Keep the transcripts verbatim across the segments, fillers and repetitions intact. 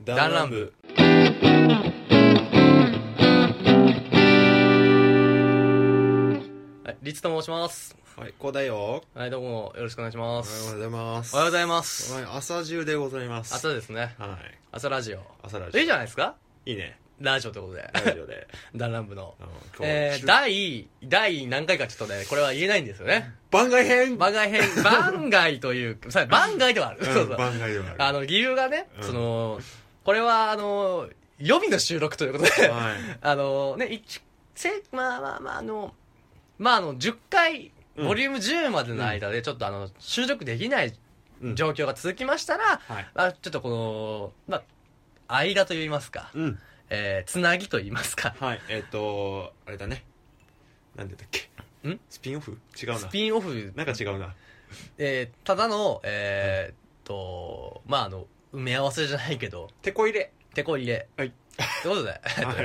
ダンランブ。はい、リツと申します。 はい、こうだよ。 はい、どうもよろしくお願いします。 おはようございます。 おはようございます。 はい、朝中でございます。 朝ですね。 はい。 朝ラジオ。 朝ラジオ。 いいじゃないですか。 いいね。 ラジオということで。 ラジオで。 ダンランブの。 うん、 えー、第、第何回かちょっとね、これは言えないんですよね。 番外編番外編、番外というか、さ番外ではある。 うん、 そうそう。 番外ではある。 あの、理由がね、 うん、 その、これはあの、予備の収録ということで、 はい、 あのね、一、せ、まあまあまあ、あの、まああの、じゅっかい、ボリュームじゅうまでの間でちょっとあの、収録できない状況が続きましたら、 はい、 まあちょっとこの、まあ、間といいますか、 うん、 えー、つなぎといいますか。 はい、えっ、ー、と、あれだね。なんでだっけんスピンオフ違うな。 スピンオフ。 なんか違うな。 えー、ただの、えー、っと、まああの、埋め合わせじゃないけど、 てこ入れ。 てこ入れ。 はい。 ということで、 はい、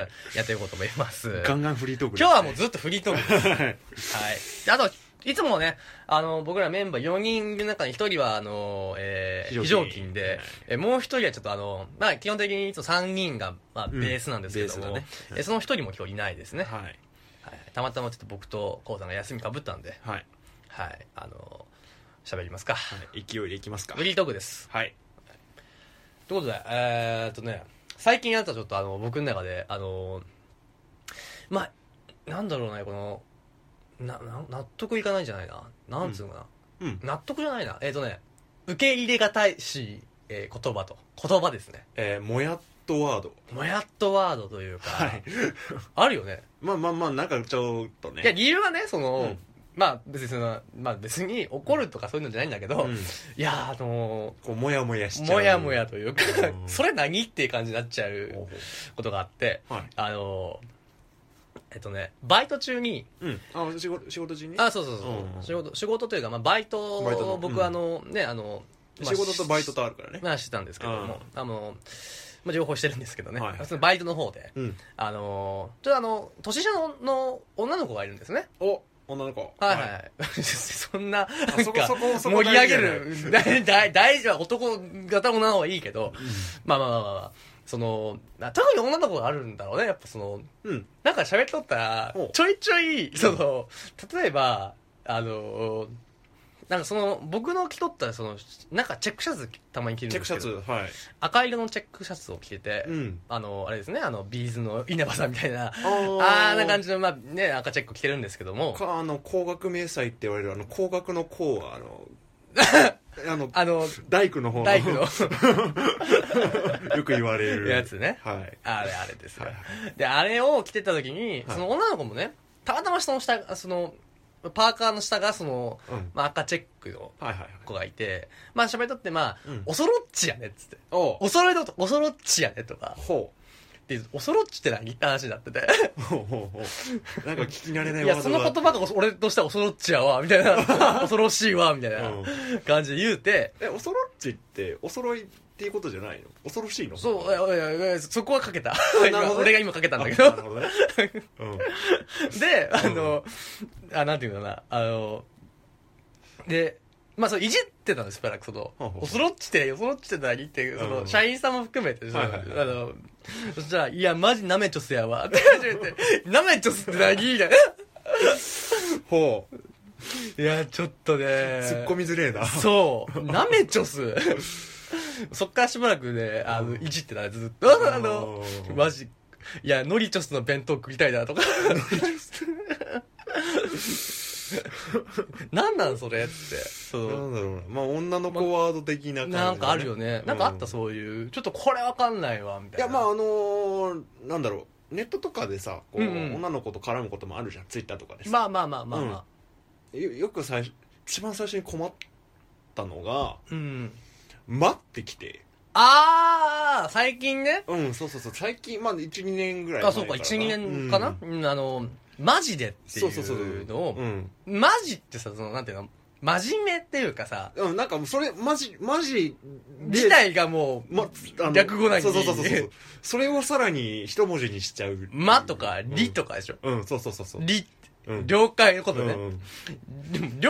やっていこうと思います。 ガンガンフリートークです、ね。 今日はもうずっとフリートークです。 はい。 はい。であと、いつもね、あの、僕らメンバーよにんいる中にひとりは、あの、えー、非常勤で、はい、えもうひとりはちょっとあの、まあ、基本的にいつもさんにんが、まあ、ベースなんですけども、うんね、えそのひとりも今日いないですね。 はい。はい。 たまたまちょっと僕とコウさんが休みかぶったんで、 はい。 はい。あの、喋りますか。 はい。勢いでいきますか。 フリートークです。 はい。 ということで、えーっとね、最近やったちょっとあの、僕の中で、あの、まあ、なんだろうね、この、な、な、納得いかないんじゃないな。なんつうのかな。うん。納得じゃないな。えっ、ー、とね、受け入れがたいし、えー、言葉と。言葉ですね。 えー、もやっとワード。 もやっとワードというか。 はい。 あるよね。 まあまあまあ、なんかちょっとね。 いや、理由はね、その、うん、まあ別にその、まあ別に怒るとかそういうのじゃないんだけど、うん、いや、あのー、 こう、もやもやしちゃう。 もやもやというか、それ何っていう感じになっちゃうことがあって、はい、あのー、えっとね、バイト中に、 うん、あ仕事仕事中にあそうそうそう、うん、仕事仕事というか、まあ、バイトを僕、うん、あのねあの、 まあ、仕事とバイトとあるからねまあしてたんですけども、あの、まあ、情報してるんですけどね、はい、そのバイトの方で、 うん、あのちょっとあの年下 の, の女の子がいるんですね。 お女の子はいはい、はい、そんななんか盛り上げる大大事は男型女の方はいいけど、うん、まあまあまあまあその特に女の子があるんだろうねやっぱその、うん、なんか喋っとったらちょいちょいその例えばあのなんかその僕の着とったそのなんかチェックシャツたまに着るんですけどチェックシャツ、はい、 赤色のチェックシャツを着てて、うん、あのあれですねあのビーズの稲葉さんみたいなああな感じのまあね赤チェック着てるんですけどもかあの工学迷彩って言われるあの工学の工はあのあの、あの、大工の方の。 大工の。 よく言われる。 やつね。 はい。 あれ、あれですよ。はい、で、あれを着てた時に、はい、その女の子もね、たまたまその下、その、パーカーの下がその、うん、まあ、赤チェックの子がいて、はいはいはい、まあ喋っとって、まあ、うん、おそろっちやねっつって。おおそろいの、おそろっちやねとか。ほう。で、おそろっちって何って話になってて。 ほうほうほう。なんか聞き慣れないワードが。いや、その言葉が俺としてはおそろっちやわ、みたいな。恐ろしいわ、みたいな感じで言うて。 え、おそろっちって、お揃いっていうことじゃないの？恐ろしいの？ そう、いやいやそこはかけた。俺が今かけたんだけど。なるほどね。うん、で、あの、あ、なんていうのかな、あの、で、まあ、そう、いじってたんです、しばらく、その、おそろっちって、おそろっちって何って、その、社員さんも含めて、あの、そしたら、いや、マジナメチョスやわ、って始めて、ナメチョスって何みたいな。ほう。いや、ちょっとね。 突っ込みづれえな。 そう。ナメチョス。そっからしばらくね、あの、いじってたね、ずっと。あの、マジ、いや、ノリチョスの弁当食いたいな、とか。なんなんそれってそうなんだろうな、まあ女の子ワード的な感じ、ね、 なんかあるよね、なんかあったそういう、うん、ちょっとこれわかんないわみたいな。 いやまああのー、なんだろうネットとかでさこう、うんうん、女の子と絡むこともあるじゃんツイッターとかでさまあまあまあまあまあ、 うん、よ, よく最初一番最初に困ったのが、 うん、 待ってきてああ最近ねうんそうそうそう最近まあ いちにねんぐらい前からあそうか いちにねんかな、うん、あのマジでっていうのを、マジってさ、その、なんていうの、真面目っていうかさ、 うん、なんかもうそれ、マジ、マジ自体がもう、ま、略語なに。 そうそうそうそう。それをさらに一文字にしちゃう。 まとか、りとかでしょ。 うん、うん、そうそうそうそう。 り、うん、了解のことね。うんうん、でも、了解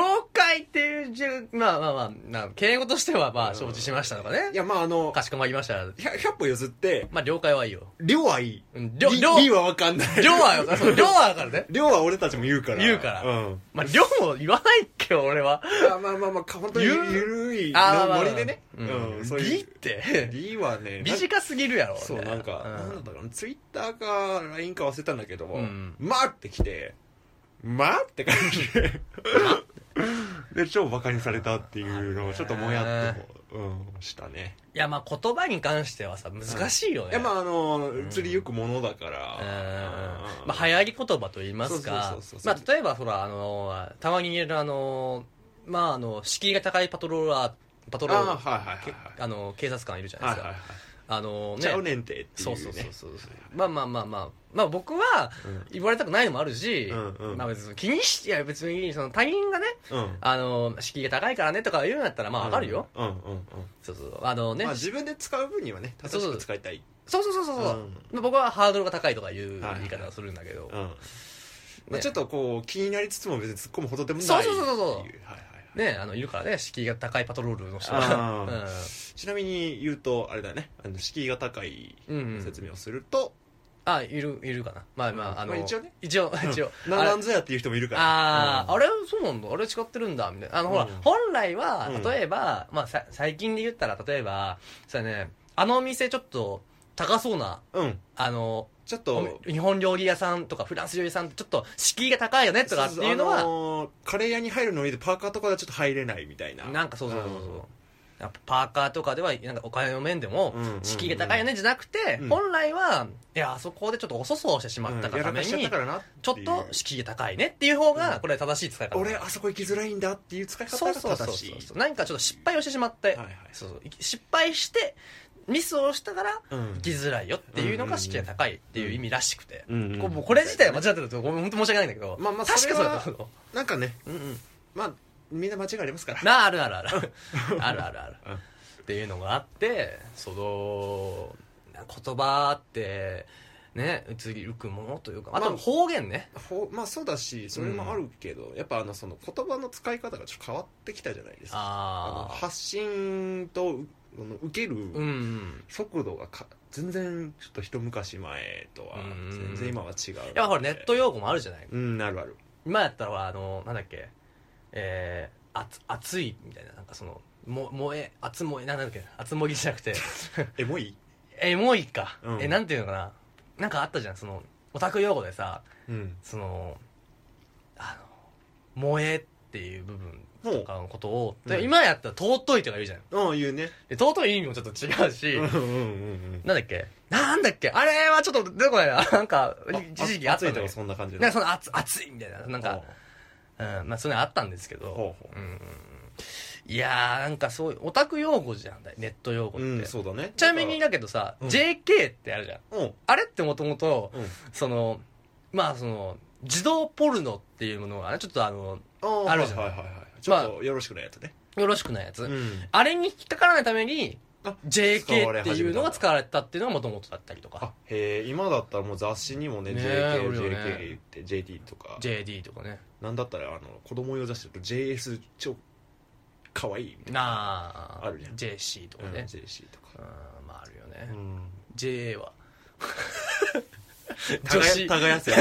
解っていうじゅまあまあまあな敬語としてはまあ承知しましたとかね。 いやまああのかしこまりました。 ひゃく歩譲ってまあ了解はいいよ。 量はいい。 量量量はわかんない。 量はそう量はわかるね。 量は俺たちも言うから。 言うから。 うん。 まあ量も言わないっけ俺は。 まあまあまあ本当にゆるいノリでね。 うん。そういう。リってリはね短すぎるやろ。 そうなんかなんだったかなツイッターか ライン か忘れたんだけども、まあってきて。まあって感じでで超バカにされたっていうのをちょっともやっと、うん、したね。いやまあ言葉に関してはさ難しいよね。 いやまああの釣りゆくものだから、 まあ流行り言葉と言いますか、まあ例えばほらあのたまに言えるあのまああの敷居が高いパトローラーパトローラーあの警察官いるじゃないですか。あのね、 ちゃうねんてっていうね。 そうそうそうそう。まあまあまあまあ、まあ僕は言われたくないのもあるし、うんうん、まあ別に気にし、いや別にその他人がね、うん、あの、敷居が高いからねとか言うんだったらまあわかるよ。うんうんうん。そうそう。あのね。 まあ自分で使う分にはね、正しく使いたい。 そうそうそうそうそう、うん。僕はハードルが高いとかいう言い方をするんだけど。はいはいうんまあ、ちょっとこう気になりつつも別に突っ込むほどでもないそうそうそうそうそう。はいはいね、あのいるからね敷居が高いパトロールの人が、 うん、ちなみに言うとあれだねあの敷居が高い説明をすると、 うん、あいるいるかなまあまあ、うん、あの、まあ、 一応ね一応一応なんぞやっていう人もいるからあ、うん、あれそうなんだあれ違ってるんだみたいなあの、うん、ほら本来は例えば、うんまあ、さ最近で言ったら例えばそれねあのお店ちょっと高そうな、うん、あのちょっと日本料理屋さんとかフランス料理屋さんちょっと敷居が高いよねとかっていうのはそうそう、あのー、カレー屋に入るのにでパーカーとかではちょっと入れないみたいななんかそうそうそうそう、うん、やっぱパーカーとかではなんかお金の面でも敷居が高いよねじゃなくて、うん、本来はいやあそこでちょっとお粗相してしまったがために、うん、ちょっと敷居が高いねっていう方がこれ正しい使い方、 うん、俺あそこ行きづらいんだっていう使い方が正しいそうそうそうそう何かちょっと失敗をしてしまって、はいはい、そうそう失敗してミスをしたから生きづらいよっていうのが敷居が高いっていう意味らしくて、うんうん、こ, これ自体間違ってると本当申し訳ないんだけど、まあ、まあ確かそうだと思うなんかね、うんうん、まあみんな間違いありますからなあるあるあるあるあるあるっていうのがあってその言葉ってね移りゆくものというかあと方言ね、 まあ、まあそうだしそれもあるけど、うん、やっぱあのその言葉の使い方がちょっと変わってきたじゃないですかああの発信と受ける速度がか全然ちょっと一昔前とは全然今は違ういやほらネット用語もあるじゃないうんあるある今やったらあのなんだっけえー、あつ熱いみたいななんかそのも燃え熱燃えなんだっけ熱盛りじゃなくてエモいエモいか、うん、えなんていうのかななんかあったじゃんそのオタク用語でさ、うん、そのあの萌えっていう部分とかのことを、うん、今やったら尊いとか言うじゃんうん言うね尊い意味もちょっと違うしうんうんうん、うん、なんだっけなんだっけあれはちょっと出てこないななんか一時期熱いとかそんな感じでなんかその熱熱いみたいななんかうんまあそういうのあったんですけどほうほう、うん、いやーなんかそういうオタク用語じゃんネット用語って、うん、 そうだねちなみにだけどさ、うん、ジェーケー ってあるじゃん、うん、あれってもともとそのまあその児童ポルノっていうものがねちょっとあのあるじゃん、はいはいはいはいちょっとよろしくないやつね、 まあ、よろしくないやつ、うん、あれに引っかからないために ジェーケー っていうのが使われたっていうのがもともとだったりとかあへえ今だったらもう雑誌にもね ジェーケー、ジェーケー 言って ジェーディー とかジェーディー とかねなんだったらあの子供用雑誌だと ジェーエス 超かわいいみたいなああるじゃん ジェーシー とかね、うん、 ジェーシー とかうんまああるよね、うん、ジェー は女子耕せ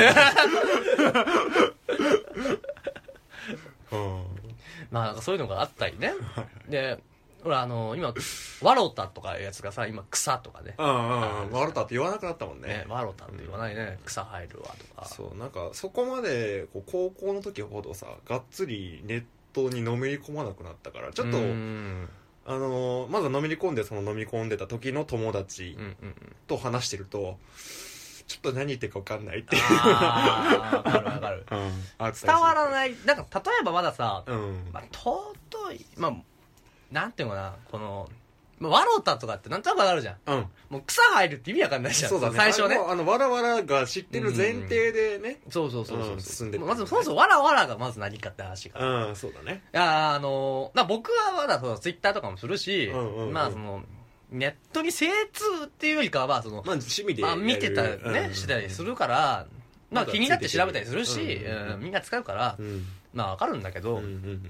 うんまあそういうのがあったりねでほらあの今ワロタとかいうやつがさ今草とかねうんうんうんワロタって言わなくなったもんねねワロタって言わないね、うん、草入るわとかそうなんかそこまでこう高校の時ほどさがっつりネットにのめり込まなくなったからちょっとあのまずのめり込んでその飲み込んでた時の友達と話してるとちょっと何言ってるか分かんないっていうあ分かる分かる、うん、伝わらないなんか例えばまださ、うんまあ、尊いまあなんていうのかなこのわろたとかってなんとなく分かるじゃん、うん、もう草入るって意味わかんないじゃんそうだね最初ねあのわらわらが知ってる前提でね、 うん、そうそうそうそう、 うん、進んでる、 まずそもそもわらわらがまず何かって話がうんそうだねいやあのー、僕はまだそのツイッターとかもするし、うんうんうん、まあそのネットに精通っていうよりかはその、 まあ、趣味でまあ、見てたね、うん、してたりするから、まあ、気になって調べたりするし、うん、みんな使うから、うん、まあわかるんだけど、うんうんうん、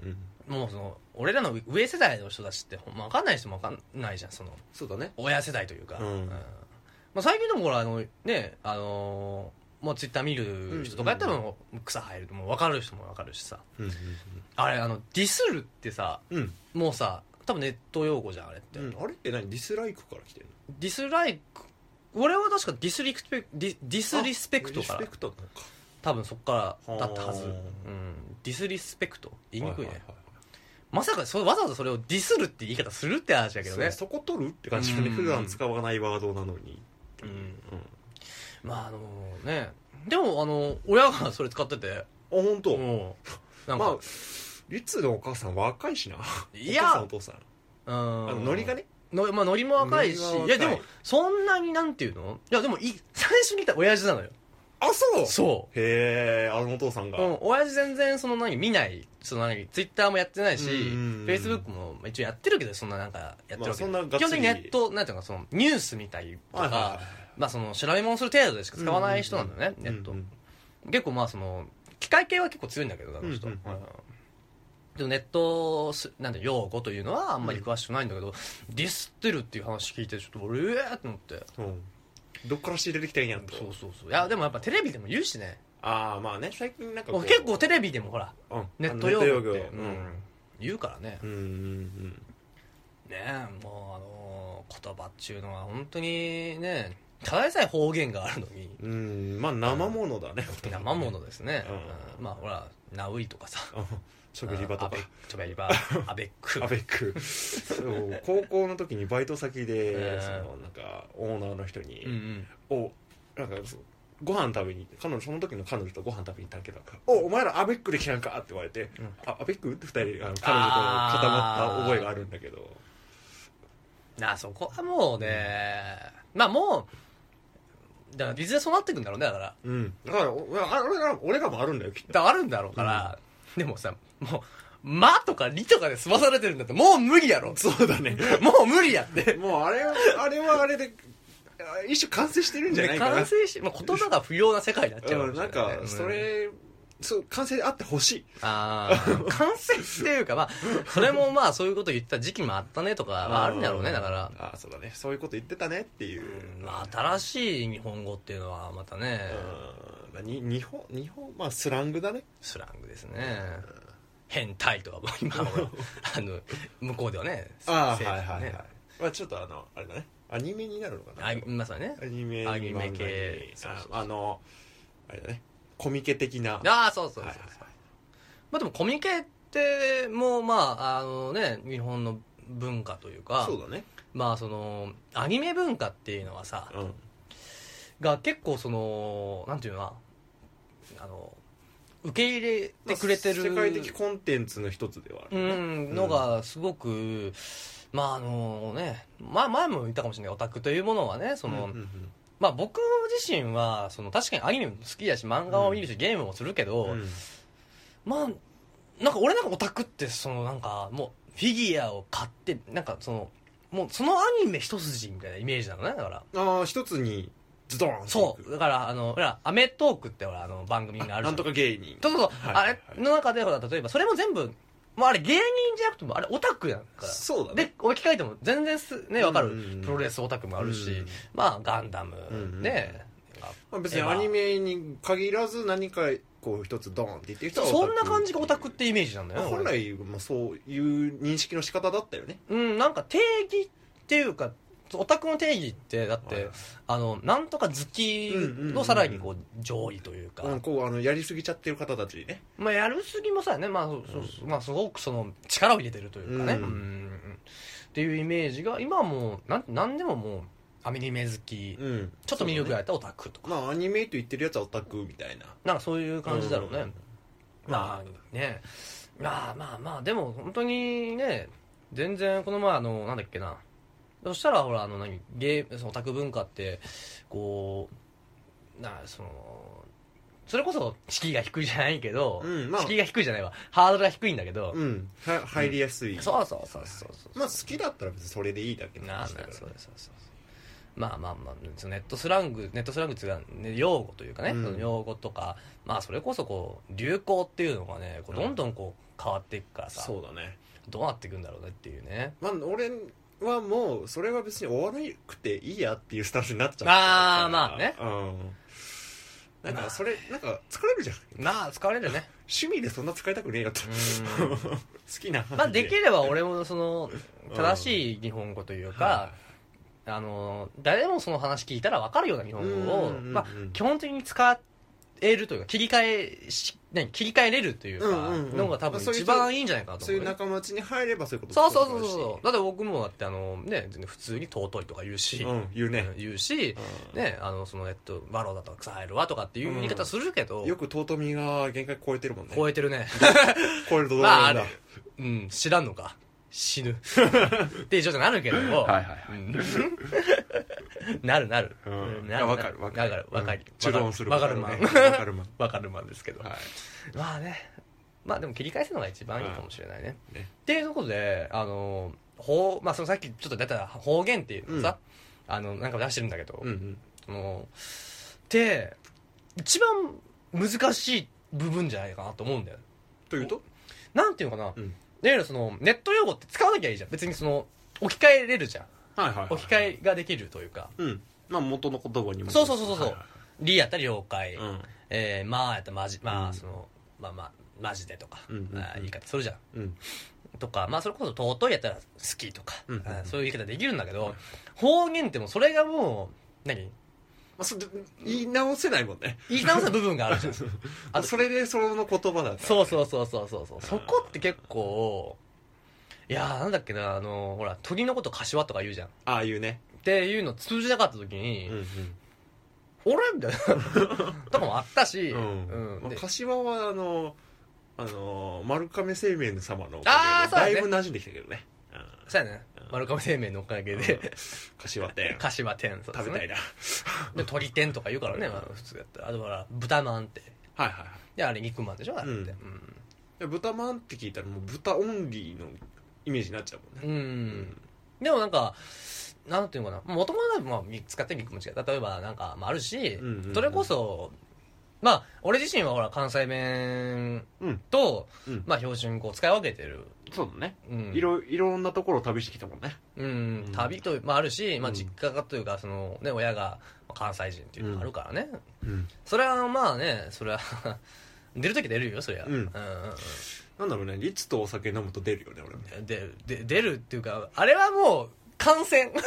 もうその俺らの上世代の人たちってほんま分かんない人も分かんないじゃん、そのそうだね、 親世代というか、 うんうんまあ、最近でもほらあのねあのー、もうツイッター見る人とかやったらもう草生えるともう分かる人も分かるしさ、 うんうんあれあのディスるってさうんもうさ多分ネット用語じゃんあれって、 うん、あれって何ディスライクから来てるの？ ディスライク俺は確かディスリスペクディディスリスペクトからリスペクトなのか、 多分そっからだったはず、 はうん、ディスリスペクト言いにくいね、 はいはいはいまさかそわざわざそれをディスるって言い方するって話だけどね。 そそこ取るって感じだね、 うん普段使わないワードなのに、 うんうん、 まああのねでもあの親がそれ使っててあ本当。 もうなんか、 まあリツのお母さん若いしな、 いやお父さんお父さん、 うんあのノリがね、 のまあノリも若いしノリは若いいやでもそんなになんていうのいやでもい最初にいた親父なのよ。 あそうそへえ、あのお父さんが、 う、うん、親父全然その何見ないその何ツイッターもやってないし、 うんうんうんフェイスブックも一応やってるけどそんななんかやってるわけ、 まあそんながっつり基本的にネットなんていうのかそのニュース見たりとか、 はいはいはいまあその調べ物する程度でしか使わない人なんだよね、ネット、 うんうん結構まあその機械系は結構強いんだけどあの人、 うんうんうんうんでもネットすなんて用語というのはあんまり詳しくないんだけど、ディスってるっていう話聞いてちょっと俺ええーって思って、 うんどっから仕入れてきたんやんと。 そうそうそういやでもやっぱテレビでも言うしね、 ああまあね、最近なんかこう結構テレビでもほらうんネット用語って、 ネット用語うん言うからね、 うんうんうんねえもうあのー言葉っちゅうのは本当にねただでさえ方言があるのにうんまあ生ものだね、 生ものですね、 うんうんまあほらナウイとかさうんちょべり場とかアベちょべり場アベックアベックそう高校の時にバイト先で、 うんそのなんかオーナーの人に、 うんうんおなんかそうご飯食べに彼女その時の彼女とご飯食べに行ったけど「おお前らアベックで来たんか?」って言われて「 うんあアベック?」ってふたりあの彼女と固まった覚えがあるんだけど、 なそこはもうねまあもうだからいずれそうなってくんだろうねだからうんだからおあ俺ら俺らもあるんだよきっと。 だからあるんだろうから、でもさもう「ま」とか「り」とかで済まされてるんだってもう無理やろそうだねもう無理やってもうあれはあれはあれで一種完成してるんじゃないかな。 完成し、まあ、言葉が不要な世界になっちゃううん、なんかそれ、そう完成であってほしい。 ああ完成っていうかまあそれもまあそういうこと言った時期もあったねとかはあるんだろうねだからああそうだね、そういうこと言ってたねっていう、 うんまあ新しい日本語っていうのはまたねうんに日本日本まあスラングだね。 スラングですね変態とかも今ほらあの向こうではねああせはいはいはい、 ねまあちょっとあのあれだね、アニメになるのかな。 あまさにねアニメアニメ漫画に系そうそうそうああのあれだね、コミケ的な。 ああそうそうそうそう、 はいはいはいまあでもコミケってもうまああのね日本の文化というかそうだね。 まあそのアニメ文化っていうのはさ、 うんが結構そのなんていうのかなあの受け入れてくれてる、 世界的コンテンツの一つではあうるね、 んのがすごく、まああのね、まあ、前も言ったかもしれないオタクというものはねその、 うんうんうんまあ、僕自身はその確かにアニメも好きだし漫画を見るし、うん、ゲームもするけど、 うんまあなんか俺なんかオタクってそのなんかもうフィギュアを買ってなんかそのもうそのアニメ一筋みたいなイメージなのねだからああ一つにズドーンっていくそうだからあのほらアメトークってほらあの番組があるじゃんなんとか芸人そうそうそう、 はいはいはいあれの中でほら例えばそれも全部まああれ芸人じゃなくてもあれオタクやからそうだねで置き換えても全然すねわかる、 うんうんうんプロレスオタクもあるし、 うんまあガンダム、 うんうんねまあ、別にアニメに限らず何かこう一つドーンって言ってる人はそんな感じがオタクってイメージなんだよね、 まあ本来、まあ、そういう認識の仕方だったよね。 うんなんか定義っていうかオタクの定義ってだって、 はいあのなんとか好きのさらにこう上位というか、 うん、こうあのやりすぎちゃってる方たちね。 まあやるすぎもさやねまあ、そうそうまあすごくその力を入れてるというかね、 うんうんっていうイメージが今はもうなんなんでももうアニメ好き、 うん、 ちょっと見るぐらいだったらオタクとか、 まあアニメと言ってるやつはオタクみたいな。 なんかそういう感じだろうね、 うんまあねまあまあまあでも本当にね全然この前あのなんだっけなそしたらほらあの何ゲーそのオタク文化ってこうなそのそれこそ敷居が低いじゃないけど、 うんまあ、 敷居が低いじゃないわハードルが低いんだけど、 うんは入りやすい、 うん、そうそうそうそうそうまあ好きだったら別にそれでいいだけのなん話だからだそうですそうですまあまあまあそのネットスラングネットスラングっていうか、ね、用語というかね、 うんその用語とかまあそれこそこう流行っていうのがねこうどんどんこう変わっていくからさ、 そうだね、 どうなっていくんだろうねっていうね。 まあ俺はもうそれは別に追わなくていいやっていうスタンスになっちゃった。 ああまあね、 うんなんかそれなんか疲れるじゃん。 まあ疲れるね。 趣味でそんな使いたくねえよと好きなまあできれば俺もその正しい日本語というか、うん、あの誰もその話聞いたら分かるような日本語を、うんうんうん、まあ基本的に使えるというか切り替えし何切り替えれるというかのが多分一番いいんじゃないかなと思う、ね、 そういう仲間内に入ればそういうことそうそうそうそうだって僕もだってあのね普通に尊いとか言うし、 うん、言うね言うし、うん、ねあのそのえっとバローだとか草入るわとかっていう言い方するけど、 うん、よく尊みが限界超えてるもんね。 超えてるね超えるとどうなんだ、 まあ、うん知らんのか死ぬっていう状態になるけどもはいはいはい、うんなるなる、 うん、 なる分かる分かる分かる分かる中論する分かるマン分かるマン分かるマンですけど、 はい、 まあねまあでも切り替えするのが一番いいかもしれないね、 うん、ねっていうところであの方、まあ、そのさっきちょっと出た方言っていうのさ、うん、あのなんか出してるんだけど、 うんうん、 そので一番難しい部分じゃないかなと思うんだよ。 というとなんていうのかな、 うん、 いわゆるそのネット用語って使わなきゃいいじゃん。別にその置き換えれるじゃん、 はいはいはいはい、 置き換えができるというか、 うん、まあ元の言葉にもそうそうそうそう、はいはい、 はい、 リやったら了解、うん、えー、まあやったらマジ、まあその、うん、まあまあマジでとか、うんうんうん、言い方するじゃん、うん、とかまあそれこそ尊いやったら好きとか、うんうんうん、そういう言い方できるんだけど、うん、方言ってもそれがもう何まあ、そ言い直せないもんね。 言い直せない部分があるじゃんあそれでその言葉だから、ね、 そうそうそうそうそうそうそこって結構いやーなんだっけなあのほら鳥のこと柏とか言うじゃん。 ああいうねっていうの通じなかった時に、うんうん、俺みたいなとかもあったし、うんうんまあ、柏はあのあの丸亀製麺様のおかげでだいぶ馴染んできたけどね。 そうやね、丸亀製麺のおかげで、うん、 柏店柏店、ね、 食べたいなで鳥天とか言うからね、まあ、普通やったらあとは豚まんってはいはいはいであれ肉まんでしょあれって、うんうん、豚まんって聞いたらもう豚オンリーのイメージになっちゃうもんね。うん、うん、 でもなんかなんていうのかなもともとは使ってる肉も違う例えばなんか、まあ、あるし、うんうんうん、それこそまあ俺自身はほら関西弁と、うん、まあ標準語を使い分けてる。 そうだね、うん、いろいろんなところを旅してきたもんね。 うん、うん、旅と、まあ、あるし、まあ、実家がというかその、ね、親が関西人っていうのがあるからね、うん、それはまあねそれは出るとき出るよそりゃ、うんうんうん、 なんだろうね律とお酒飲むと出るよね俺も出るで出るっていうかあれはもう感染、うん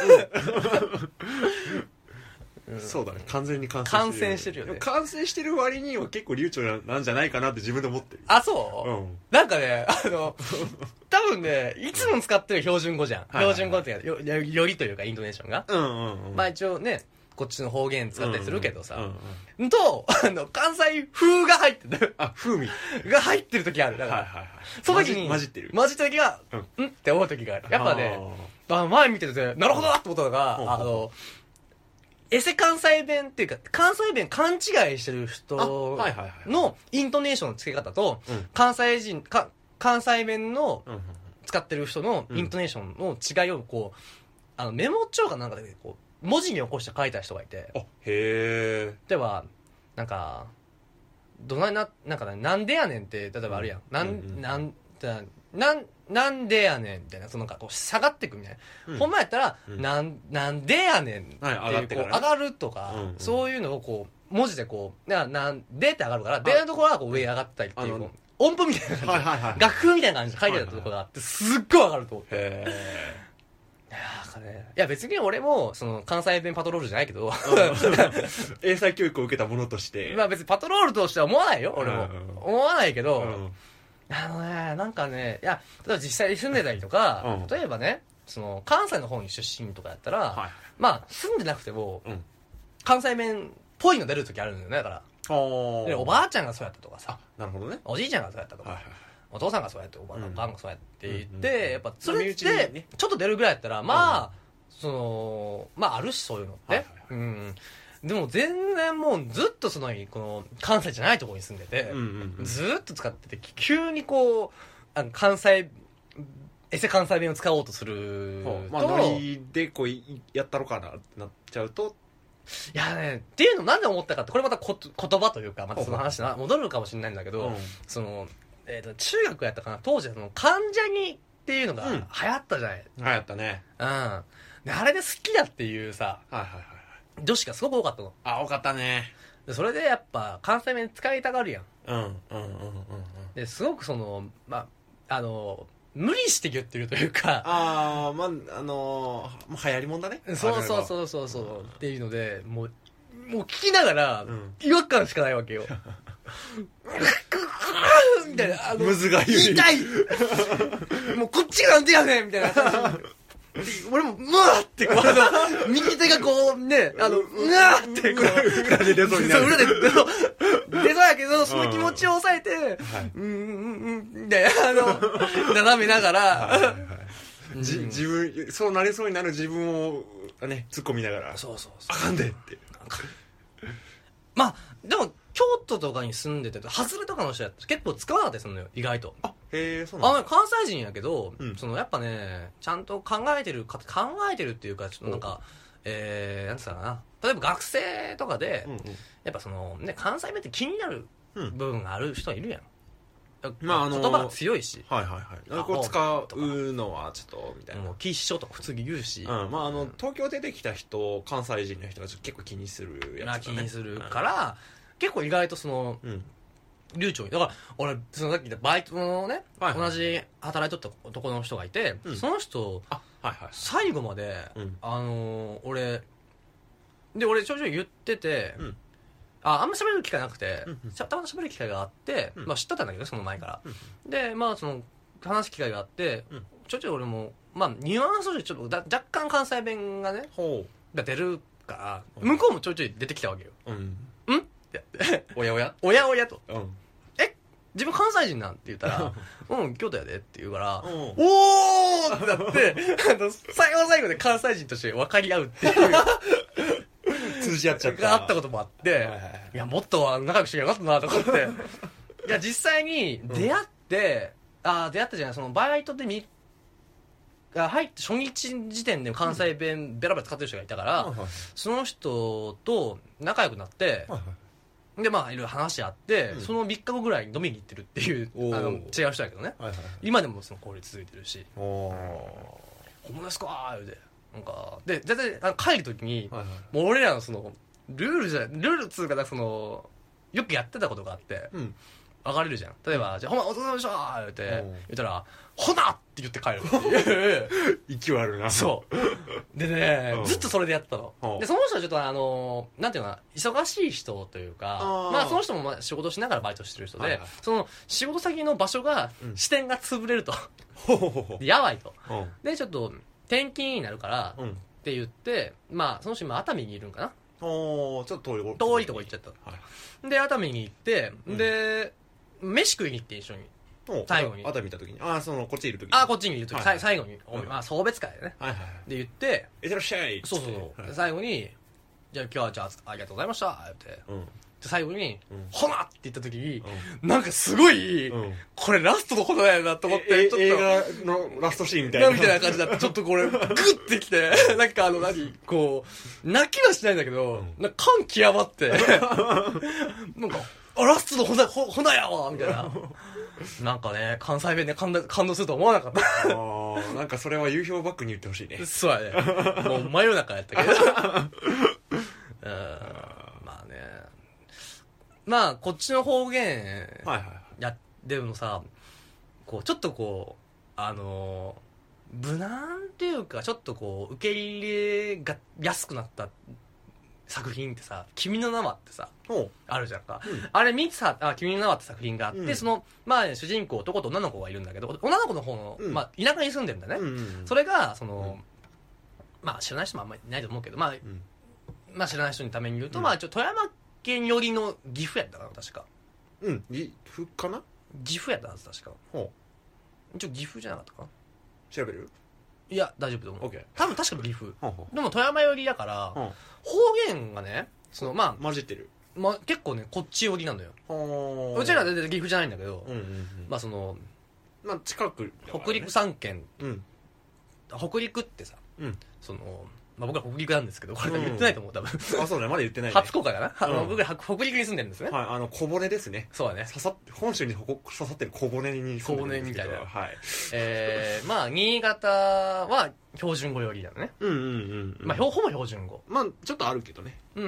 うん、そうだね完全に感染してるよね。 感染してる割には結構流暢なんじゃないかなって自分で思ってる。 あそう、うん、なんかねあの多分ねいつも使ってる標準語じゃん、はいはいはい、標準語っていうか よ, よりというかイントネーションが、うんうんうん、まあ一応ねこっちの方言使ったりするけどさ、うんうんうん、とあの関西風が入ってるあ風味が入ってる時あるだから、はいはいはい、その時に混じってる混じった時がうん、んって思う時がある。やっぱねあ前見ててなるほどなって思ったのが、うん、あのエセ関西弁っていうか関西弁勘違いしてる人のイントネーションの付け方と、うん、関西人か関西弁の使ってる人のイントネーションの違いをこうあのメモ帳かなんかでこう文字に起こして書いた人がいて、 あへえ例えばなんかどないななんか、ね、なんでやねんって例えばあるやん、うん、なん、うん、なんなんなんでやねんみたいなそのなんかこう下がってくみたいな、うん、ほんまやったら、うん、なんなんでやねんっていう、はい、上がってからね、こう上がるとか、うんうん、そういうのをこう文字でこうななんでって上がるからでのところはこう上上がったりっていう音符みたいな感じで、はいはいはい、楽譜みたいな感じで書いてあったところがあってすっごい上がると思って、へーいや, いや別に俺もその関西弁パトロールじゃないけど英才教育を受けたものとしてまあ別にパトロールとしては思わないよ俺も、思わないけど、うんあのね、なんかね、いや、例えば実際に住んでたりとか、うん、例えばね、その、関西の方に出身とかやったら、はい、まあ、住んでなくても、うん、関西弁っぽいの出るときあるんだよね、だから。でおばあちゃんがそうやったとかさ、 なるほどね。 おじいちゃんがそうやったとか、はいはい、お父さんがそうやって、おばあさんがそうやって言って、 うん、 やっぱ、それって、ちょっと出るぐらいやったら、まあ、うん、その、まあ、あるし、そういうのって。はいはいはい、うんでも全然もうずっとそのこの関西じゃないところに住んでて、うんうんうん、ずっと使ってて急にこうあの関西エセ関西弁を使おうとすると、 まあ、ノリでこうやったろかなってなっちゃうといやねっていうのなんで思ったかってこれまたこ言葉というかまたその話に戻るかもしれないんだけど、うん、そのえー、と中学やったかな、当時その関ジャニっていうのが流行ったじゃない、 流行ったね。 うんであれで好きだっていうさ、 はいはいはい。 女子がすごく多かったの。 あ、多かったね。 でそれでやっぱ関西弁使いたがるやん。 うんうんうんうんうん。 ですごくそのまああの無理して言ってるというか、 ああ、まああのー、まあ、流行りもんだね。 そうそうそうそうそう、うん、っていうのでもうもう聞きながら、うん、違和感しかないわけよ。みたいな、あのむずがゆい、 言いたいもうこっちがなんでやねんみたいな感じ俺もうわーってこうあの右手がこうねあのうわーってこう裏で出そうになる。 裏で出そう出そうやけどその気持ちを抑えて、うん、はい、うんうんうんであの斜めながら、はいはいはい、 じ自分そうなりそうになる自分をね突っ込みながら、 そうそうそう、 あかんでってまあでも京都とかに住んでて外れとかの人やったら結構使わなかったりするのよ意外と。 あへえ、そうなんだ。 あ関西人やけど、 うん、 そのやっぱねちゃんと考えてるか考えてるっていうかちょっとなんかえー、なんつったかな、例えば学生とかで、うんうん、やっぱそのね関西弁って気になる部分がある人いるやん、うん、まああのー、言葉が強いし、 はいはいはい、こう使うのはちょっとみたいな、 もうキッショとか普通に言うし、 うん、まああの、うん、東京出てきた人関西人の人が結構気にするやつだね、 気にするから、うん、結構意外とその、うん流暢にだから俺そのさっき言ったバイトのね、はいはい、同じ働いとった男の人がいて、うん、その人、あ、はいはい、最後まで、うん、あのー、俺で俺ちょいちょい言ってて、うん、ああんま喋る機会なくて、うん、たまたま喋る機会があって、うん、まあ知ってたんだけどその前から、うん、でまあその話す機会があって、うん、ちょいちょい俺もまあニュアンスとしてちょっとだ若干関西弁がねが出るから、うん、向こうもちょいちょい出てきたわけよ、うん、んっておやおやおやおやと、 うん、 え自分関西人なんって言ったらうん京都やでって言うから、うん、おーってなってあの最後の最後で関西人として分かり合うっていう通じ合っちゃったがあったこともあって、はいはいはい、いやもっと仲良くしてよかったなと思っていや実際に出会って、うん、あ出会ったじゃないそのバイトでみが入って初日時点で関西弁ベラベラ使ってる人がいたから、うん、その人と仲良くなって、はいはい、でまあいろいろ話あって、うん、そのみっかごぐらいに飲みに行ってるっていうあの違う人だけどね、はいはいはい、今でもその交流続いてるしほんまですかー言うてなんかで絶対帰る時に、はいはい、もう俺らのそのルールじゃルールっつうかそのよくやってたことがあって、うん、分かれるじゃん例えば、うん、じゃあほんまお疲れ様でしたー言うて言ったらほなって言って帰るっていう息はあるなそうでねずっとそれでやってたのでその人はちょっとあのなんていうのかな忙しい人というかあまあその人もまあ仕事しながらバイトしてる人で、はいはい、その仕事先の場所が、うん、支店が潰れるとやばいとでちょっと転勤になるから、うん、って言ってまあその人今熱海にいるんかなおちょっと遠い遠いとこ行っちゃった、はい、で熱海に行って、うん、で飯食いに行って一緒に最後に熱海見た時にああそのこっちいる時にああこっちにいる時、はいはい、最後に、 はい、 まあ送別会でね、 はいはいはい、 で言っていってらっしゃいそうそうそう、はい、最後にじゃあ今日はじゃあありがとうございましたって、うん、で最後に、うん、ほなって言った時に、うん、なんかすごい、うん、これラストのことだよなと思ってちょっと映画のラストシーンみたいなみたいな感じだってちょっとこれグッてきてなんかあの何こう泣きはしないんだけど、うん、なんか感極まってなんかあラストのほな、ほ、ほなやわみたいななんかね関西弁で感動、感動すると思わなかったあなんかそれは夕日バックに言ってほしいねそうやねもう真夜中やったけどうんまあねまあこっちの方言、はいはい、やでもさこうちょっとこうあの無難っていうかちょっとこう受け入れが安くなった作品ってさ君の名はってさあるじゃんか、うん、あれ見てさあ君の名はって作品があって、うん、そのまあ、ね、主人公男と女の子がいるんだけど女の子の方の、うんまあ、田舎に住んでるんだね、うんうんうん、それがその、うん、まあ知らない人もあんまりいないと思うけど、まあうん、まあ知らない人のために言うと、うん、まあちょ富山県寄りの岐阜やったかな確かうん岐阜かな岐阜やったはず確かほうちょ岐阜じゃなかったかな調べるいや大丈夫と思う、 OK、 多分確か岐阜でも富山寄りだから方言がねそのまあ混じってる、 まあ、結構ねこっち寄りなのようちらは全然岐阜じゃないんだけど、うんうんうん、まあそのまあ近く、ね、 北陸三県、うん、北陸ってさ、うん、そのまあ、僕は北陸なんですけど、これ言ってないと思う、多分。 あ、そうだね、まだ言ってない、ね。 初公開かな、 うん、 僕は北陸に住んでるんですね。 はい、あの、小骨ですね。 そうだね。 刺さ本州に刺さってる小骨に住んでるんですけど。小骨みたいな。 はい。 えー、まあ、新潟は標準語よりだね。 うんうんうん、うん。 まあ、ほぼ標準語。 まあ、ちょっとあるけどね。 うん。うん。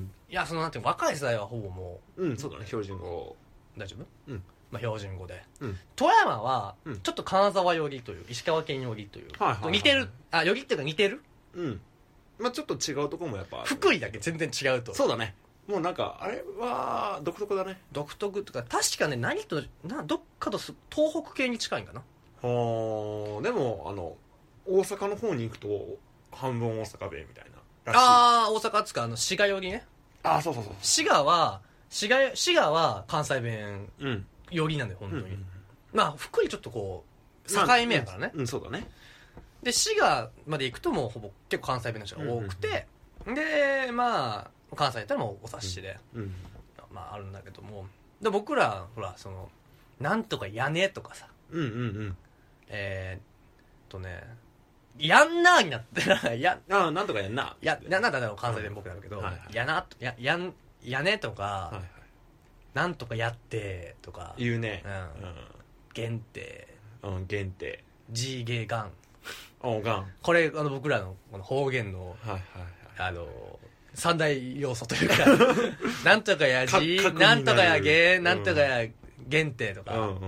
いや、その、なんていうの、若い世代はほぼもう。うん、そうだね、標準語。 大丈夫？ うん。 まあ、標準語で、 うん、 富山はちょっと金沢寄りという石川県寄りという、はいはいはい、似てるあ寄りっていうか似てる、 うんまあ、ちょっと違うところもやっぱ福井だけ全然違うと。 そうだね。もうなんかあれは独特だね。 独特とか確かね何となどっかと東北系に近いんかな。 はあでもあの大阪の方に行くと半分大阪弁みたいならしい。ああ大阪っつかあの滋賀寄りね。 ああそうそうそう。 滋賀は滋賀滋賀は関西弁、うん寄りなんだよ本当に、うんうん、まあ福井ちょっとこう境目やからね、まあ、 うん、うん、そうだね。 で滋賀まで行くともうほぼ結構関西弁の人が多くて、うんうんうん、でまあ関西やったらもうお察しで、うんうん、まああるんだけどもで僕らほらそのなんとか屋根とかさうんうんうんえー、っとねやんなーになってやあなんとかやんなややんなーだったら関西弁僕なんだけど、はいはい、やなややんやねとか、はいはいなんとかやってとか言うね。 うん。限定。 うん、限定。 G ゲーガン。 おガン。 これあの僕らのこの方言の、はいはいはい、あの三大要素というかなんとかやじ、なんとかやげ、なんとかや限定とか。うんうんうん。うん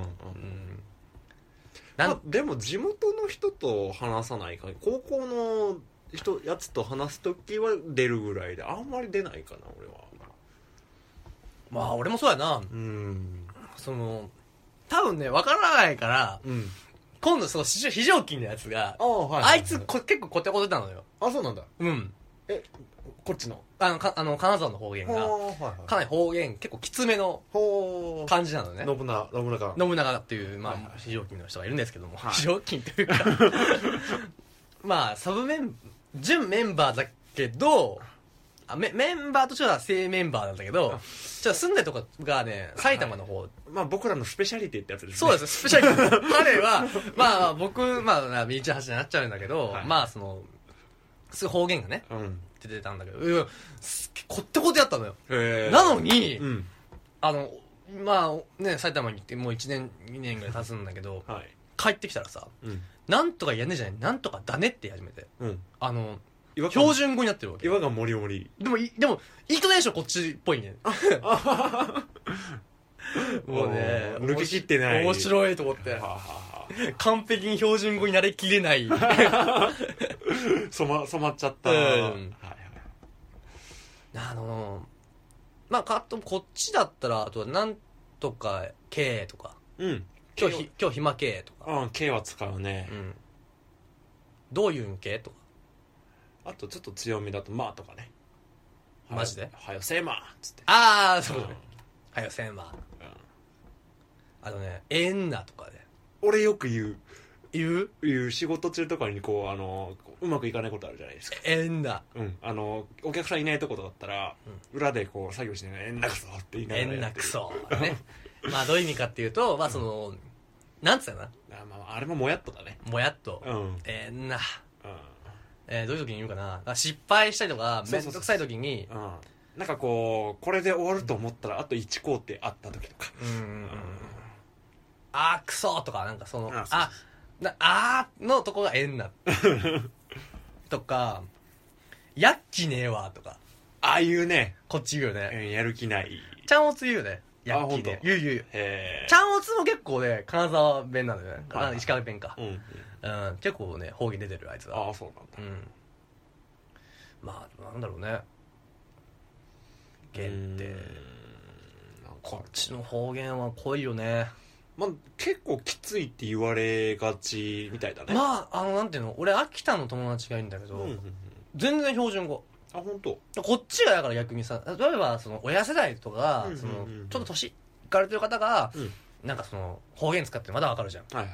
まあ、でも地元の人と話さないか高校の人やつと話すときは出るぐらいであんまり出ないかな俺は。 まあ俺もそうやな。うんその多分ね分からないから、うん、今度その非常勤のやつが あ,、はいはいはい、あいつこ結構コテコテなのよ。 あそうなんだ。 うんえこっちのあのかあの金沢の方言が、はいはい、かなり方言結構きつめの感じなのね。 信長信長信長っていう、まあはいはい、非常勤の人がいるんですけども、はい、非常勤というかまあサブメン準メンバーだけどあ メ, メンバーとしては正メンバーなんだけどじゃあ住んでるとこがね埼玉の方、はい、 まあ僕らのスペシャリティってやつですね。 そうですスペシャリティ彼はまあ僕まあビーチ発になっちゃうんだけど、はい、まあそのすごい方言がね、うん、出てたんだけどいやこってこてやったのよ。なのに、うん、あのまあね埼玉に行ってもういちねんにねんぐらい経つんだけど、はい、帰ってきたらさ、うん、なんとかやねじゃないなんとかだねって言い始めて、うん、あの標準語になってるわけ。 岩がもりもり。 でも、でも、イントネーションこっちっぽいね。もうね、 抜けきってない。 面白いと思って。完璧に標準語になりきれない。 染ま、染まっちゃった。うん。はいはい、 あの、まあ、かと、こっちだったら、あとは、なんとか、K とか。うん。今日、今日暇 K とか。 うん、K は使うね。うん。 どういうん系とか。 あとちょっと強みだとまあとかね。 マジではよせーまーっつって。 ああそうだね、うん、はよせーまー、うん、あとねえんなとかで俺よく言う言う言う仕事中とかにこうあのうまくいかないことあるじゃないですか。 えんなうんあのお客さんいないとことだったら、うん、裏でこう作業しながらえんなくそって言いながらえんなくそねまあどういう意味かっていうとまあその、うん、なんつうかなあ、 まあ、あれももやっとだね。 もやっと、うん、えんなえー、どういう時に言うかな失敗したりとかめんどくさい時にうん、なんかこうこれで終わると思ったらあといち工程あった時とかうんうん、うん、 あークソとかなんかそのああなあーのとこがえんなとかやっきねえわとかああいうねこっち言うよね、 うん、やる気ないちゃんおつ言うよねやっきね言う言うへちゃんおつも結構ね金沢弁なんだよね、はい、石川弁かうんうん、結構ね方言出てるあいつは。 ああそうなんだ、うん、 まあなんだろうね限定こっちの方言は濃いよね。 まあ結構きついって言われがちみたいだね。 まああのなんていうの俺秋田の友達がいるんだけど、うんうんうん、全然標準語。 あ本当。 こっちがだから逆にさ例えばその親世代とか、うんうんうん、そのちょっと年いかれてる方が、うん、なんかその方言使ってるまだわかるじゃん、はいはい、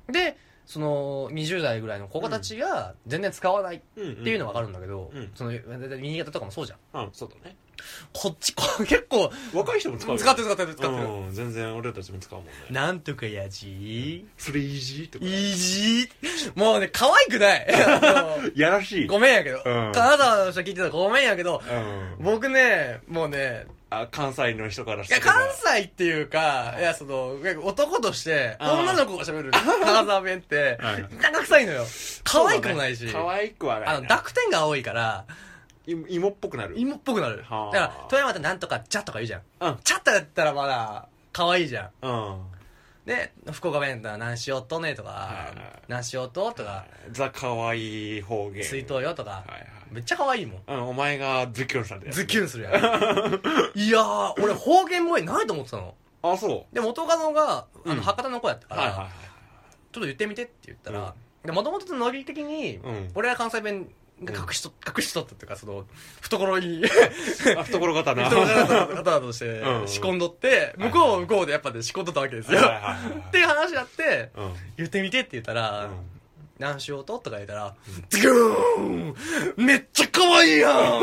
でそのにじゅう代ぐらいの子たちが全然使わないっていうのは分かるんだけど、うん、その新潟とかもそうじゃん、 うん、そうだね。 こっちこ結構若い人も使うよ使ってる使ってる使ってる、 うん、全然俺たちも使うもんね。 なんとかやじそれイージーとかイージーもうね可愛くないやらしい。 ごめんやけど、 うん、 あなたの人聞いてたらごめんやけど、 うん、 僕ねもうねあ関西の人からしいや関西っていうかいやその男として女の子が喋る金沢弁ってなんか臭いのよ。可愛くもないし、ね、 可愛くはないな。 あの濁点が多いから芋っぽくなる。 芋っぽくなる。だから富山ってなんとか「ちゃ」とか言うじゃん、うん、ちゃったやったらまだ可愛いじゃん、うん、で福岡弁だったら「何しようとね」とか「何しようと」とかザ可愛い方言水筒よとか、はいはい、めっちゃ可愛いもん、 うん、お前がズキュンされてズキュンするやんいやー俺方言萌えないと思ってたの。あそうで元カノがあの、うん、博多の子やったから、 はいはいはい、 ちょっと言ってみてって言ったらもともとのノリ的に、うん、俺は関西弁隠しと、うん、隠しとったっていうかその懐に懐刀刀として仕込んどって、うん、向こうも向こうでやっぱね仕込んどったわけですよ、はいはいはいはい、っていう話やって、うん、言ってみてって言ったら、うん、何しようととか言ったら、ズキューンめっちゃ可愛いやん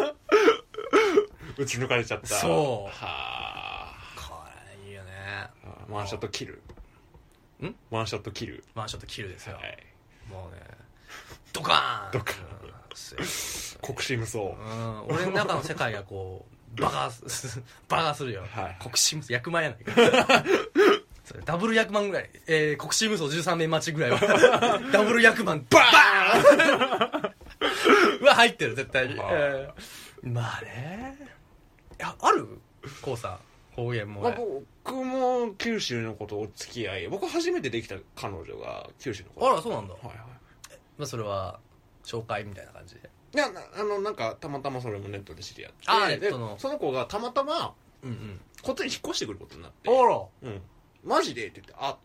打ち抜かれちゃった。 そうはあこれいいよね。 ワンショットキルんワンショットキルワンショットキルですよ、はい、もうねドカーンドカーン国士無双、うん、 俺の中の世界がこうバカバカするよ、はい、国士無双役満やないかそれダブル役満ぐらい、えー、国士無双じゅうさんめん待ちぐらいはダブル役満バーンは入ってる絶対に、えー、まあねいやあるこうさ方言も、 まあ、僕も九州のことお付き合い僕初めてできた彼女が九州の子。 あらそうなんだ、はいはい、まあ、それは紹介みたいな感じで。 いやあのなんかたまたまそれもネットで知り合ってあでそのその子がたまたま、 うんうん、 こっちに引っ越してくることになってあら、 うん、マジでって言って会って、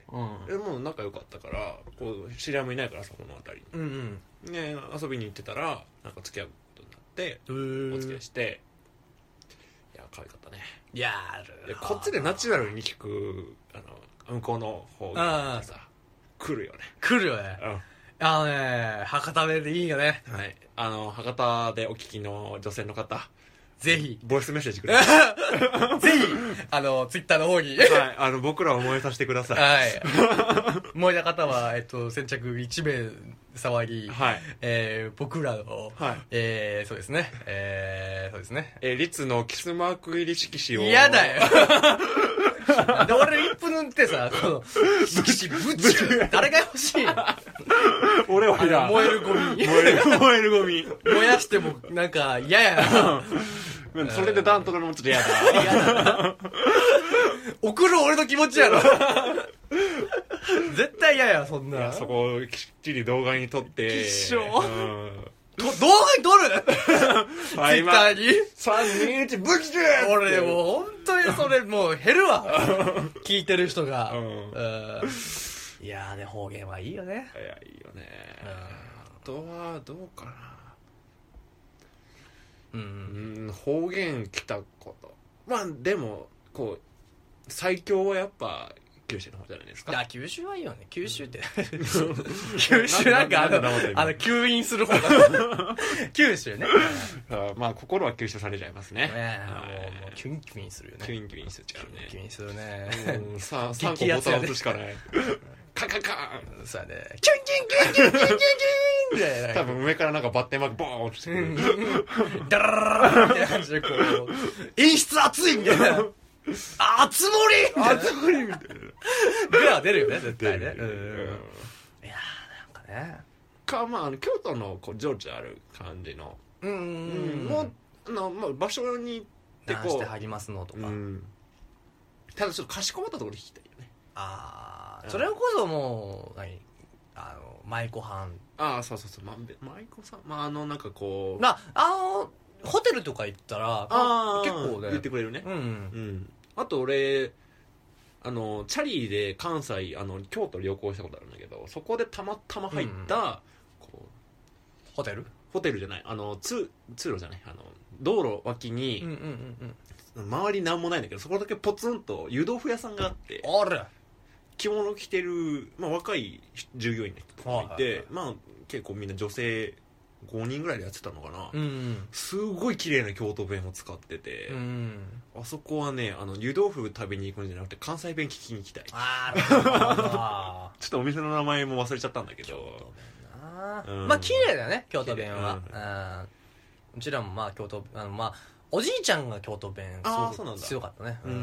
うん、もう仲良かったからこう知り合いもいないからそこの辺りに、うんうん、ね、遊びに行ってたらなんか付き合うことになってお付き合いしていや可愛かったね。 いやでこっちでナチュラルに聞くあの向こうの方がさ来るよね。 来るよね、うん、あのね博多弁でいいよね。 はい、あの博多でお聞きの女性の方ぜひボイスメッセージくださいぜひあのツイッターの方にはいあの僕らを燃えさせてください。 はい燃えた方は、えっと、先着いちめい騒ぎ、はい、えー、僕らの、はい、えー、そうですねえー、そうですねえー、リツのキスマーク入り色紙を嫌だよで俺リップ塗ってさこの色紙ブチュ誰が欲しいの俺は嫌燃えるゴミ燃える燃えるゴミ燃やしてもなんか嫌やなそれでダントナのもちょっと嫌だ嫌だ送る俺の気持ちやろ絶対嫌やそんな。いやそこをきっちり動画に撮って一生、うん、動画に撮るツイッターにさんにいちブチュー俺もう本当にそれもう減るわ聞いてる人が、うんうん、いやーね方言はいいよね。 いやいいよね、うん、あとはどうかなうん、うん、方言来たことまあでもこう最強はやっぱ九州の方じゃないですか。 いや九州はいいよね九州って九州なんかあのあの吸引する方が九州ねあまあ心は吸収されちゃいますね。 ねもうもうキュンキュンするよね。 キュンキュンしちゃうね。 キュンキュンするね。 うんさあさんこボタン押すしかない。カンカンカンそうやね。キュンキュンキュンキュンキュンキュンキュンみたいな。 多分上からなんかバッテンマークボーン落ちてくる。 ダララララって感じでこう演出熱いみたいな。あつ森あつ森みたいなでは出るよね絶対ね。うん、いやーなんかねかまああの京都のこう情緒ある感じのうんうんうんもうあの、まあ、場所に行ってこうしてはりますのとか、うん、 ただちょっとかしこまったところで聞きたいよね。 ああそれこそもう何あの舞妓はんああそうそうそう、ま、舞妓さんまああのなんかこうまああのホテルとか行ったらあ結構ね言ってくれるね。 うん、うん、 あと俺あのチャリで関西あの京都旅行したことあるんだけどそこでたまたま入った、うん、こうホテルホテルじゃないあの通通路じゃないあの道路脇に、うんうんうんうん、周りなんもないんだけどそこだけポツンと湯豆腐屋さんがあってあれ着物着てる、まあ、若い従業員の人がいて、はいはいはい、まあ結構みんな女性ごにんぐらいでやってたのかな、 うん、 すごい綺麗な京都弁を使ってて、うん、あそこはねあの湯豆腐食べに行くんじゃなくて関西弁聞きに行きたい。あちょっとお店の名前も忘れちゃったんだけど、京都弁な、うん、まあ綺麗だよね京都弁は、うん、うちらもまあ京都あのまあおじいちゃんが京都弁すごく強かったね、うん、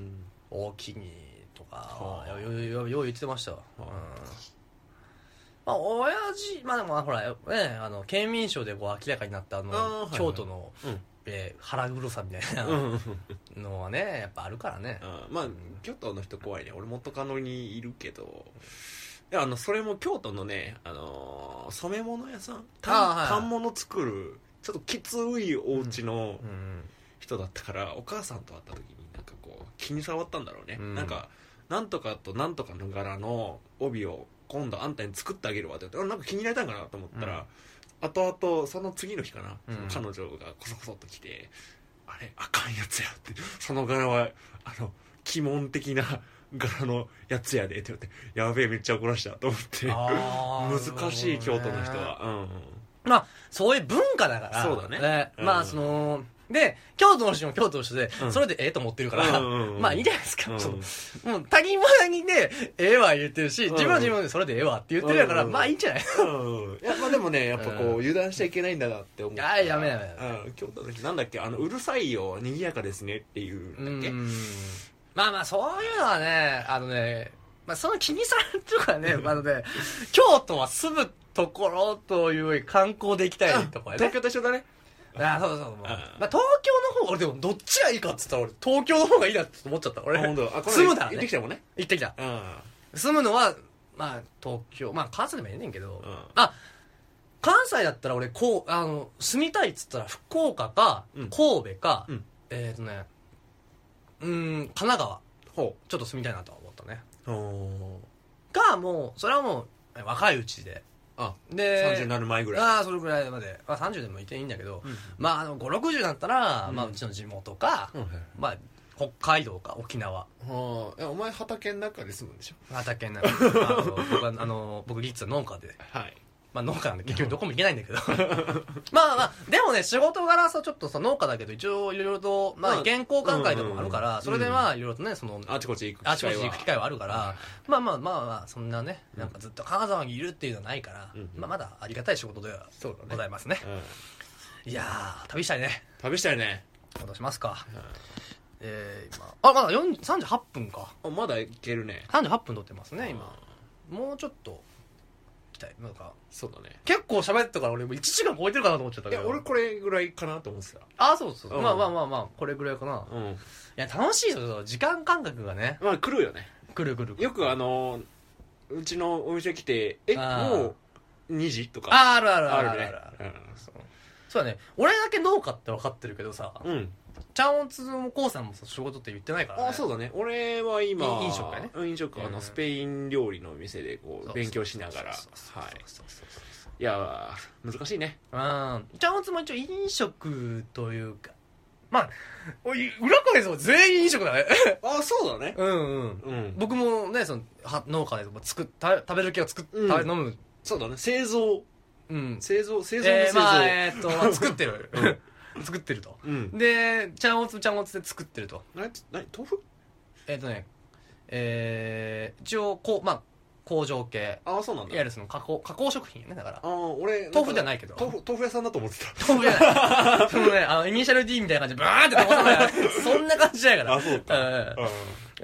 大きにとかようよう言ってましたわ、うん、まあ親父まあでもほらねあの県民賞でこう明らかになったあのあ京都の、はいはい、えー、腹黒さみたいなのはねやっぱあるからね、 あまあ京都の人怖いね。俺元カノにいるけどいやあのそれも京都のね、あのー、染め物屋さん反物作るちょっときついお家の人だったから、うんうん、お母さんと会った時になんかこう気に障ったんだろうね、うん、なんかなんとかとなんとかの柄の帯を今度あんたに作ってあげるわって言ってなんか気に入られたんかなと思ったら、うん、後々その次の日かな、うん、その彼女がコソコソっと来てあれあかんやつやってその柄はあの鬼門的な柄のやつやでって言ってやべえめっちゃ怒らしたと思って難しい京都の人は、うんうんまあそういう文化だからそうだね、 ねうん、まあそので京都の人も京都の人で、うん、それでええと思ってるから、うんうんうん、まあいいじゃないですか、うん、そのもう他人前にねええわ言ってるし、うん、自分は自分でそれでええわって言ってるから、うん、まあいいんじゃない、 うん、いやまあでもねやっぱこう、うん、油断しちゃいけないんだなって思う。 あやめやめやめ、うん、京都の人なんだっけあのうるさいよ賑やかですねっていうんだっけ、うんまあまあそういうのはねあのねまあその気にされるとかねあのね京都は住むところというより観光で行きたいところね。 東京と一緒だね。 ああそうそうそう、まあ、東京の方俺でもどっちがいいかっつったら俺東京の方がいいなって思っちゃった俺。 本当。あ住むならね。 行ってきたもんね。 行ってきた。うん。住むのはまあ東京まあ関西でもええねんけど、うん、あ関西だったら俺こうあの住みたいっつったら福岡か、うん、神戸か、うん、えっ、ー、とねうーん神奈川ほうちょっと住みたいなとは思ったね。ほうがもうそれはもう若いうちで。 あでさんじゅうになる前ぐらいああそれぐらいまで、まあ、さんじゅうでもいていいんだけど、うん、まああのごじゅうろくじゅうだったら、うんまあ、うちの地元か、うんまあ、北海道か沖縄、 はあ、お前畑の中で住むんでしょ。 畑の中あの僕はあの僕実は農家で、はいまあ、農家なんで結局どこも行けないんだけどまあまあでもね仕事柄さちょっとさ農家だけど一応いろいろとまあ意見交換会とかもあるから、うんうん、それでまあいろいろとねそのあちこち行く機会はあちこち行く機会はあるから、うん、まあまあまあまあそんなねなんかずっと金沢にいるっていうのはないから、うんうん、まあまだありがたい仕事ではございますね、うん、いやー旅したいね旅したいね戻しますか、うん、えー、今あまださんじゅうはっぷんかあまだいけるねさんじゅうはっぷん撮ってますね今もうちょっとなんかそうだね結構喋ったから俺もいちじかん超えてるかなと思っちゃったけどいや俺これぐらいかなと思ってたああそうそう、うん、まあまあまあまあこれぐらいかな、うん、いや楽しいよ時間感覚がねまあ来るよね来る来るよくあのうちのお店来てえもうにじとかああるあるあるあるあるある、うん、そうそうだね俺だけ農家って分かってるけどさうんチャンオツもコウさんも仕事って言ってないからねあそうだね俺は今飲食かね飲食あのスペイン料理の店でこう勉強しながらはいいや難しいねうんチャンオツも一応飲食というかまあ裏返せば全員飲食だねあそうだねうんうん、うん、僕もねその農家で作っ食べる気を作っ、うん、食べ飲むそうだね製造うん製造製造の製造えー、まあえー、っと、まあ、作ってる、うん作ってると、うん、でちゃんおつちゃんおつで作ってると何豆腐えっ、ー、とねえー、一応こうまあ工場系ああそうなんだいわゆるその加工加工食品やねだからあ俺豆腐じゃないけど豆腐豆腐屋さんだと思ってた豆腐じゃないそのねあのイニシャル D みたいな感じでバーンって飛ばさないそんな感じじゃないからあそうか、うん、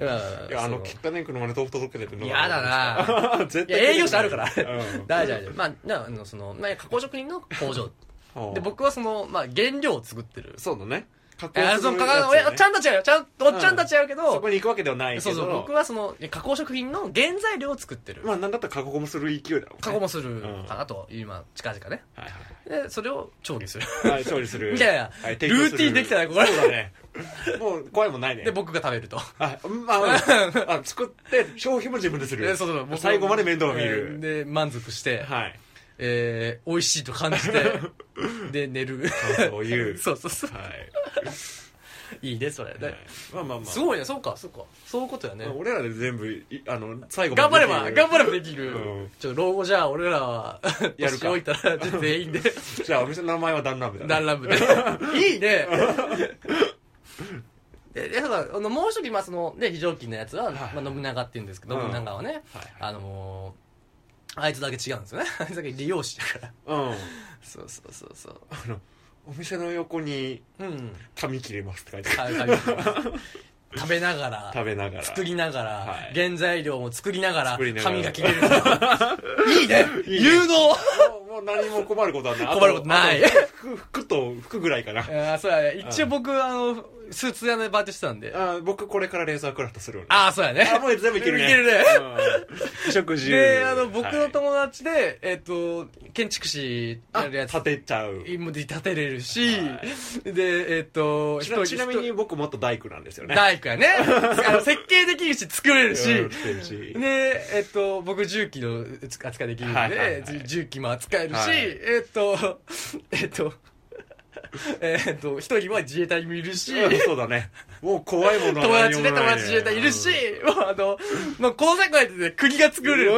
いやあの汚ね車で豆腐届けてるの嫌だな絶対営業者あるから大丈夫まあのその、まあ、加工食品の工場で僕はその、まあ、原料を作ってるそうだね加工するやつ、ね、おっちゃんたちはよちゃんおっちゃんたちはけど、うん、 そこに行くわけではないけどそうそう僕はその加工食品の原材料を作ってるまあなんだったら加工もする勢いだろう、ね、 加工もするかなと今近々ね、はいはい、でそれを調理するはい調理するみたいな、はい、ルーティンできたらこれそうだねもう怖いもんないねで僕が食べるとあ、まあ、あ作って消費も自分でするそうそう最後まで面倒を見る、 えー、で満足してはいえー、美味しいと感じてで寝るそういうそうそうそう、 はい、 いいねそれね、 はい、まあまあまあすごいねそうかそうかそういうことやね、 まあ、俺らで全部いあの最後頑張ればまで頑張ればできる、 うん、 ちょっと老後じゃあ俺らはやるか年老いたら全員でじゃあお店の名前はダンラブだねダンラブでいいねでであのもう一人、まあそのね、非常勤のやつは、 はいまあ、信長って言うんですけど、 うん信長はね、 はいあのー、あいつだけ違うんですよねあいつだけ利用師だからうんそうそうそうそうあのお店の横にうん髪切れますって書いてある食べ食べながら食べながら作りながら、 はい、 原材料も作りながら作りながら髪が切れるいいねいいね有能もうもう何も困ることはない困ることないあと服服と服ぐらいかなあそうやね一応僕あのスーツ屋でバイトしてたんであ僕これからレーザークラフトするよねああそうやねあもう全部いけるねいけるね、 うん、食事であの僕の友達で、はい、えっ、と建築士やるやつ建てちゃう建てれるし、はい、でえっ、とちな、ちなみに僕もっと大工なんですよね大工やねあの設計できるし作れるし、 うん、作れるしでえっ、と僕重機の扱いできるんで、はいはいはい、重機も扱えるし、はい、えっ、とえっ、とえーっと一人は自衛隊にもいるし、 うん、そうだねもう怖いものは友達ね友達自衛隊いるし、うん、あの、まあ、この世界で国が作れる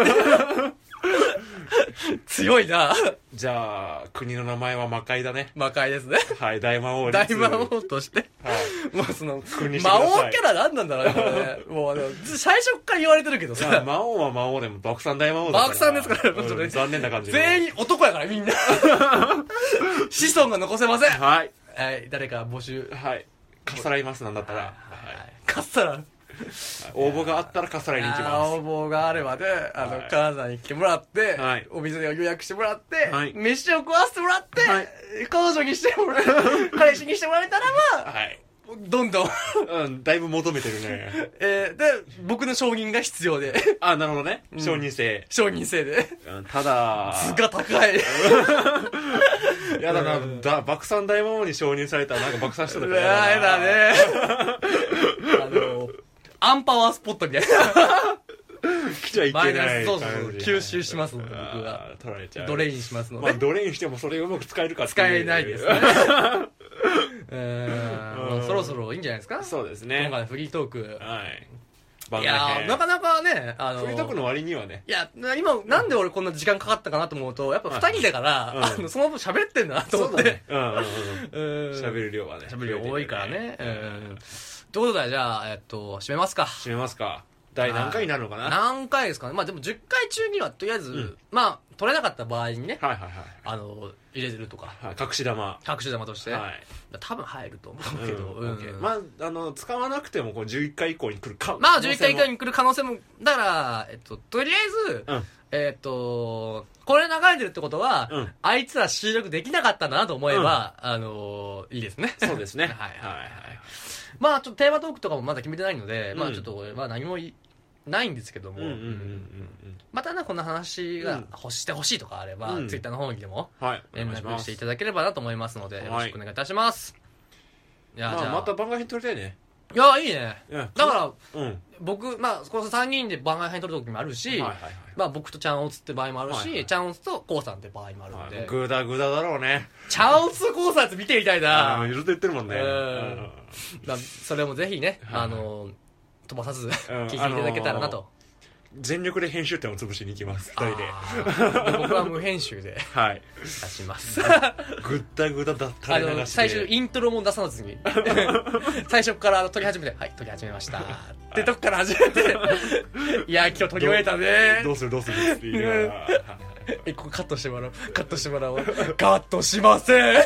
強いなじゃあ国の名前は魔界だね魔界ですねはい大魔王大魔王として、はい、もうその魔王キャラ何なんだろうねもうあの最初から言われてるけどさ魔王は魔王でも爆散大魔王だから爆散ですから、 うん、残念な感じ全員男やからみんな子孫が残せませんはい、 はい、誰か募集はいかっさらいますなんだったら、はいはい、かっさら応募があったらかっさらいに行きます応募があればねあの、はい、金沢に来てもらって、はい、お店で予約してもらって、はい、飯を食わせてもらって、はい、彼女にしてもら彼氏にしてもらえたらば、はい、どんどんうん、だいぶ求めてるねえー、で僕の承認が必要であなるほどね、うん、承認制承認制で、 うん、ただ図が高いやだな、うん、だ爆散大魔王に承認されたらなんか爆散してたからやだねあのアンパワースポットみたいな来ちゃいけないそうそうそう吸収しますので僕が取られちゃうドレインしますので、 まあ、ドレインしてもそれをうまく使えるかって使えないですねえー、まあ、そろそろいいんじゃないですかそうですね今回のフリートークはいいやなかなかねあのフリートークの割にはねいや今なんで俺こんな時間かかったかなと思うとやっぱふたりだから、うん、あのその分喋ってんだなと思って、 うんうんうん、喋る量はね喋る量多いからね、うん、ということでじゃあ、えっと、締めますか締めますか第何回になるのかな何回ですかねまあでもじゅっかい中にはとりあえず、うん、まあ取れなかった場合にね、 はいはいはい、 あの入れてるとか、 はい、隠し玉隠し玉として、 はい、 多分入ると思うけど、 うんうん、まああの使わなくてもこうじゅういっかい以降に来るかまあじゅういっかい以降に来る可能性もだから、えっと、とりあえず、 うん、 えっとこれ流れてるってことは、うん、あいつら収録できなかったんだなと思えば、うん、あのー、いいですねそうですねはいはいはいまあちょっとテーマトークとかもまだ決めてないので、うん、まあちょっとまあ何もないんですけども、またねこんな話が欲してほしいとかあれば、うん、ツイッターの方にでも連絡していただければなと思いますので、はい、よろしくお願いいたします。いや、 まあ、じゃあまた番外編撮りたいね。 いやいいね。 いやだから、 うん、 僕まあこのさんにんで番外編撮る時もあるし、はいはいはい、まあ僕とチャンオツって場合もあるし、はいはい、チャンオツとコウさんって場合もあるんで、 はい、グダグダだろうね。 チャンオツとコウさんやつ見てみたいな。 ずっと言ってるもんね。 うん、それもぜひね、あの飛ばさず聞いていただけたらなと。 全力で編集点を潰しに行きますふたりで僕は無編集ではい出しますグッダグダだったり流して最初イントロも出さずに最初から撮り始めてはい撮り始めましたってとこから始めていや今日撮り終えたねどうするどうするって言いながらえここカットしてもらおうカットしてもらおうカットしません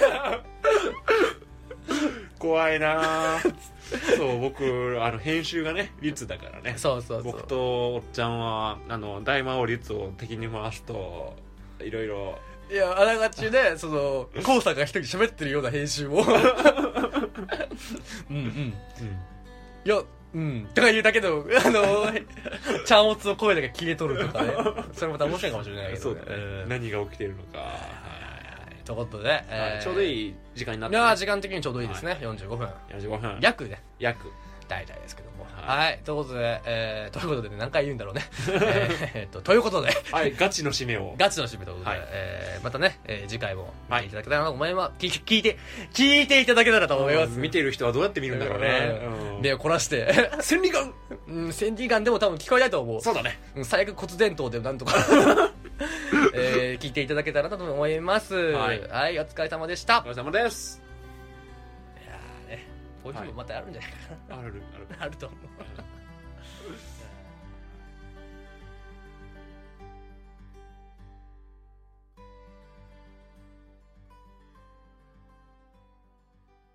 怖いなそう僕あの編集がね律だからねそうそうそう僕とおっちゃんはあの大魔王律を敵に回すといろいろいやあながちねそのコウさんが一人喋ってるような編集をうんうん、うん、いやうんとか言うだけどあのチャンオツの声だけ消えとるとかねそれまた面白いかもしれないけど、ね、 そうだね、えー、何が起きてるのかということで、えー、 ちょうどいい時間になって、 ね、いや時間的にちょうどいいですね、はい、よんじゅうごふんよんじゅうごふん約ね約鍛えたいですけども、はい、はい、ということで、えー、ということで、ね、何回言うんだろうねえっとということではいガチの締めをガチの締めということで、はい、えー、またね、えー、次回も見ていただけたらと思います、はい、聞いて聞いていただけたらと思います。 見てる人はどうやって見るんだろうね、 うん、目を凝らして千里眼うん千里眼でも多分聞こえないと思う。 そうだね、 うん、最悪骨伝導でなんとかえー、聞いていただけたらと思います。はい、はい、お疲れ様でした。 お疲れ様です。 いやーね、こういう日もまたあるんじゃないかな、 はい、あるあるあると思う